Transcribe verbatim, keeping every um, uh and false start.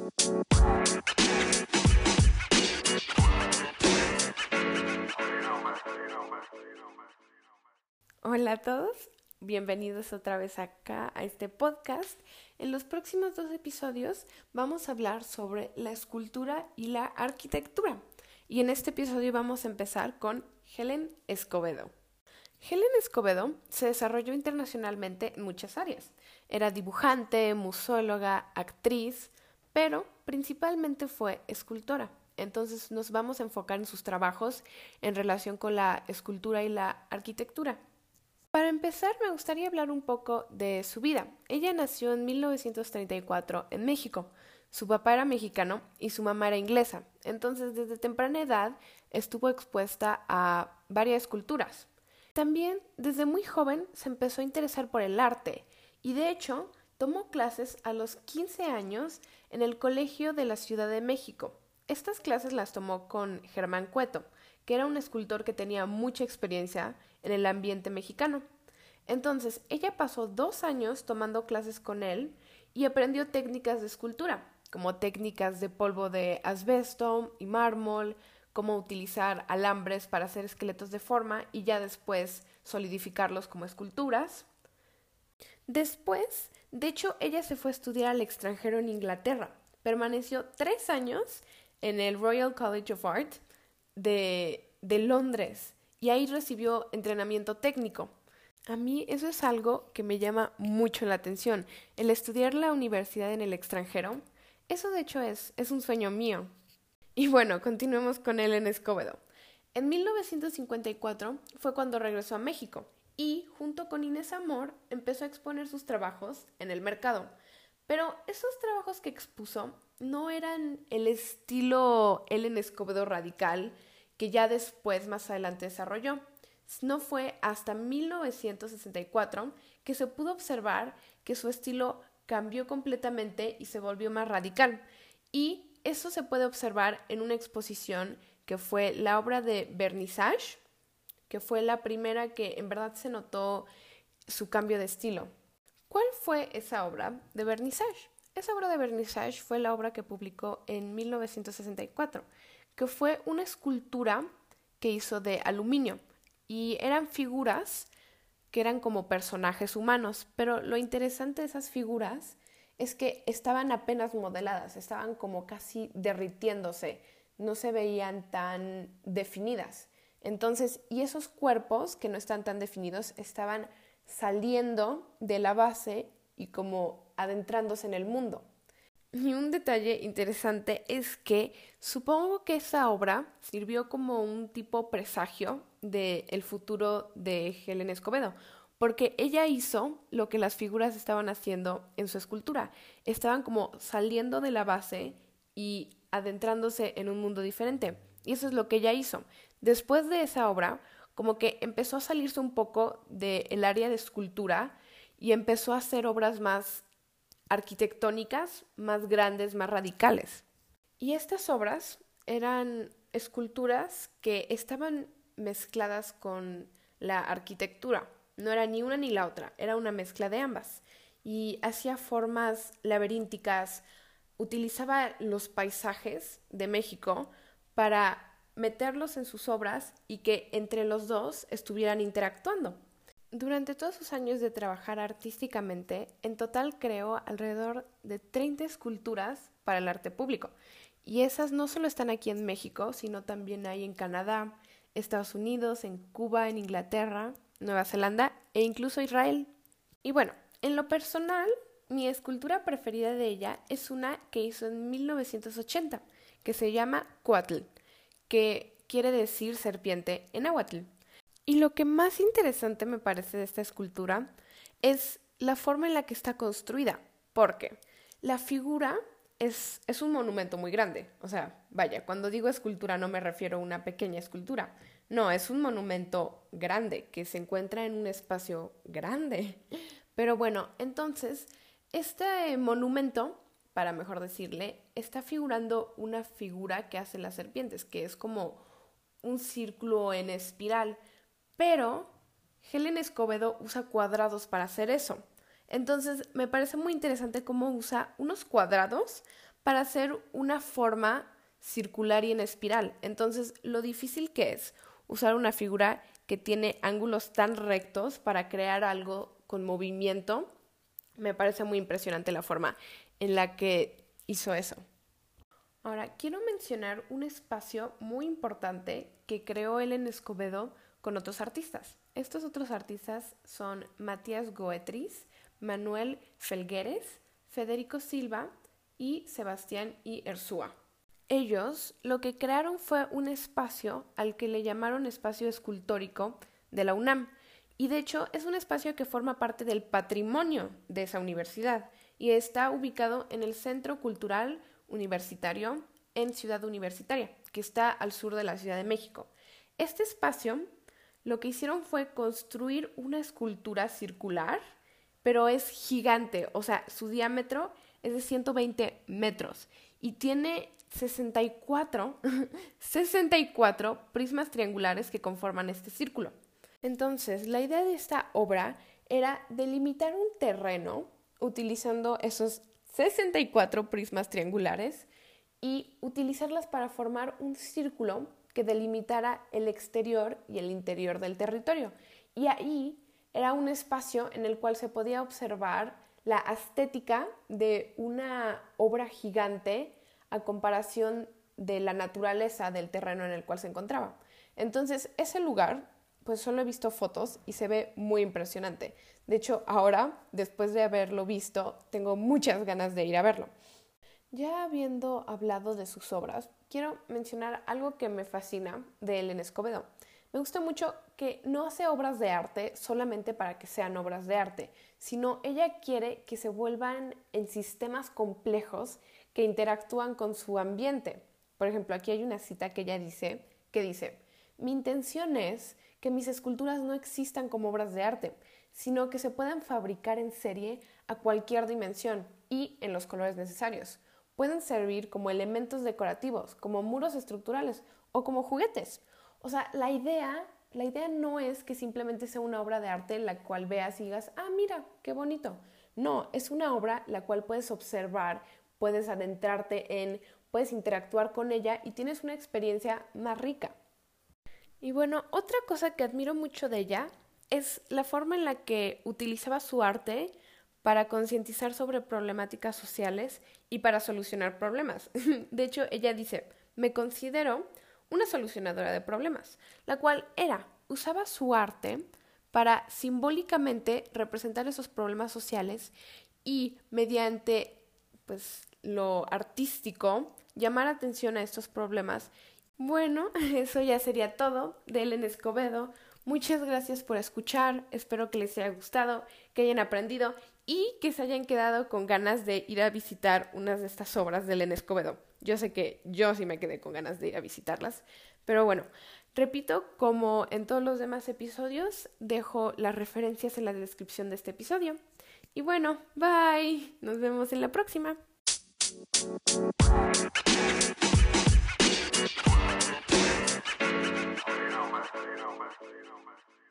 Hola a todos, bienvenidos otra vez acá a este podcast. En los próximos dos episodios vamos a hablar sobre la escultura y la arquitectura. Y en este episodio vamos a empezar con Helen Escobedo. Helen Escobedo se desarrolló internacionalmente en muchas áreas. Era dibujante, museóloga, actriz, pero principalmente fue escultora. Entonces nos vamos a enfocar en sus trabajos en relación con la escultura y la arquitectura. Para empezar, me gustaría hablar un poco de su vida. Ella nació en mil novecientos treinta y cuatro en México. Su papá era mexicano y su mamá era inglesa. Entonces, desde temprana edad estuvo expuesta a varias culturas. También, desde muy joven, se empezó a interesar por el arte y, de hecho, tomó clases a los quince años en el Colegio de la Ciudad de México. Estas clases las tomó con Germán Cueto, que era un escultor que tenía mucha experiencia en el ambiente mexicano. Entonces, ella pasó dos años tomando clases con él y aprendió técnicas de escultura, como técnicas de polvo de asbesto y mármol, cómo utilizar alambres para hacer esqueletos de forma y ya después solidificarlos como esculturas. Después, de hecho, ella se fue a estudiar al extranjero en Inglaterra. Permaneció tres años en el Royal College of Art de, de Londres y ahí recibió entrenamiento técnico. A mí eso es algo que me llama mucho la atención. El estudiar la universidad en el extranjero, eso de hecho es, es un sueño mío. Y bueno, continuemos con Helen Escobedo. En mil novecientos cincuenta y cuatro fue cuando regresó a México y, junto con Inés Amor, empezó a exponer sus trabajos en el mercado. Pero esos trabajos que expuso no eran el estilo Helen Escobedo radical que ya después, más adelante, desarrolló. No fue hasta mil novecientos sesenta y cuatro que se pudo observar que su estilo cambió completamente y se volvió más radical. Y eso se puede observar en una exposición que fue la obra de Vernissage, que fue la primera que en verdad se notó su cambio de estilo. ¿Cuál fue esa obra de Vernissage? Esa obra de Vernissage fue la obra que publicó en mil novecientos sesenta y cuatro, que fue una escultura que hizo de aluminio. Y eran figuras que eran como personajes humanos, pero lo interesante de esas figuras es que estaban apenas modeladas, estaban como casi derritiéndose, no se veían tan definidas. Entonces, y esos cuerpos que no están tan definidos estaban saliendo de la base y como adentrándose en el mundo. Y un detalle interesante es que supongo que esa obra sirvió como un tipo presagio del futuro de Helen Escobedo, porque ella hizo lo que las figuras estaban haciendo en su escultura. Estaban como saliendo de la base y adentrándose en un mundo diferente. Y eso es lo que ella hizo. Después de esa obra, como que empezó a salirse un poco del área de escultura y empezó a hacer obras más arquitectónicas, más grandes, más radicales. Y estas obras eran esculturas que estaban mezcladas con la arquitectura. No era ni una ni la otra, era una mezcla de ambas. Y hacía formas laberínticas, utilizaba los paisajes de México para meterlos en sus obras y que entre los dos estuvieran interactuando. Durante todos sus años de trabajar artísticamente, en total creó alrededor de treinta esculturas para el arte público. Y esas no solo están aquí en México, sino también hay en Canadá, Estados Unidos, en Cuba, en Inglaterra, Nueva Zelanda e incluso Israel. Y bueno, en lo personal, mi escultura preferida de ella es una que hizo en mil novecientos ochenta, que se llama Cuatl, que quiere decir serpiente en náhuatl. Y lo que más interesante me parece de esta escultura es la forma en la que está construida, porque la figura es, es un monumento muy grande. O sea, vaya, cuando digo escultura no me refiero a una pequeña escultura. No, es un monumento grande que se encuentra en un espacio grande. Pero bueno, entonces, este monumento, para mejor decirle, está figurando una figura que hace las serpientes, que es como un círculo en espiral. Pero Helen Escobedo usa cuadrados para hacer eso. Entonces me parece muy interesante cómo usa unos cuadrados para hacer una forma circular y en espiral. Entonces, lo difícil que es usar una figura que tiene ángulos tan rectos para crear algo con movimiento, me parece muy impresionante la forma en la que hizo eso. Ahora, quiero mencionar un espacio muy importante que creó él en Escobedo con otros artistas. Estos otros artistas son Matías Goetris, Manuel Felgueres, Federico Silva y Sebastián I. Erzúa. Ellos lo que crearon fue un espacio al que le llamaron espacio escultórico de la UNAM, y de hecho es un espacio que forma parte del patrimonio de esa universidad y está ubicado en el Centro Cultural Universitario en Ciudad Universitaria, que está al sur de la Ciudad de México. Este espacio lo que hicieron fue construir una escultura circular, pero es gigante, o sea, su diámetro es de ciento veinte metros y tiene sesenta y cuatro, sesenta y cuatro prismas triangulares que conforman este círculo. Entonces, la idea de esta obra era delimitar un terreno utilizando esos sesenta y cuatro prismas triangulares y utilizarlas para formar un círculo que delimitara el exterior y el interior del territorio. Y ahí era un espacio en el cual se podía observar la estética de una obra gigante a comparación de la naturaleza del terreno en el cual se encontraba. Entonces, ese lugar, pues solo he visto fotos y se ve muy impresionante. De hecho, ahora, después de haberlo visto, tengo muchas ganas de ir a verlo. Ya habiendo hablado de sus obras, quiero mencionar algo que me fascina de él en Escobedo. Me gusta mucho que no hace obras de arte solamente para que sean obras de arte, sino ella quiere que se vuelvan en sistemas complejos que interactúan con su ambiente. Por ejemplo, aquí hay una cita que ella dice, que dice, mi intención es que mis esculturas no existan como obras de arte, sino que se puedan fabricar en serie a cualquier dimensión y en los colores necesarios. Pueden servir como elementos decorativos, como muros estructurales o como juguetes. O sea, la idea, la idea no es que simplemente sea una obra de arte en la cual veas y digas, ah, mira, qué bonito. No, es una obra la cual puedes observar, puedes adentrarte en, puedes interactuar con ella y tienes una experiencia más rica. Y bueno, otra cosa que admiro mucho de ella es la forma en la que utilizaba su arte para concientizar sobre problemáticas sociales y para solucionar problemas. De hecho, ella dice, me considero una solucionadora de problemas, la cual era, usaba su arte para simbólicamente representar esos problemas sociales y mediante pues, lo artístico llamar atención a estos problemas. Bueno, eso ya sería todo de Helen Escobedo. Muchas gracias por escuchar, espero que les haya gustado, que hayan aprendido y que se hayan quedado con ganas de ir a visitar unas de estas obras de Helen Escobedo. Yo sé que yo sí me quedé con ganas de ir a visitarlas, pero bueno, repito, como en todos los demás episodios, dejo las referencias en la descripción de este episodio. Y bueno, bye, nos vemos en la próxima. You know, man. You know, man. You know, man.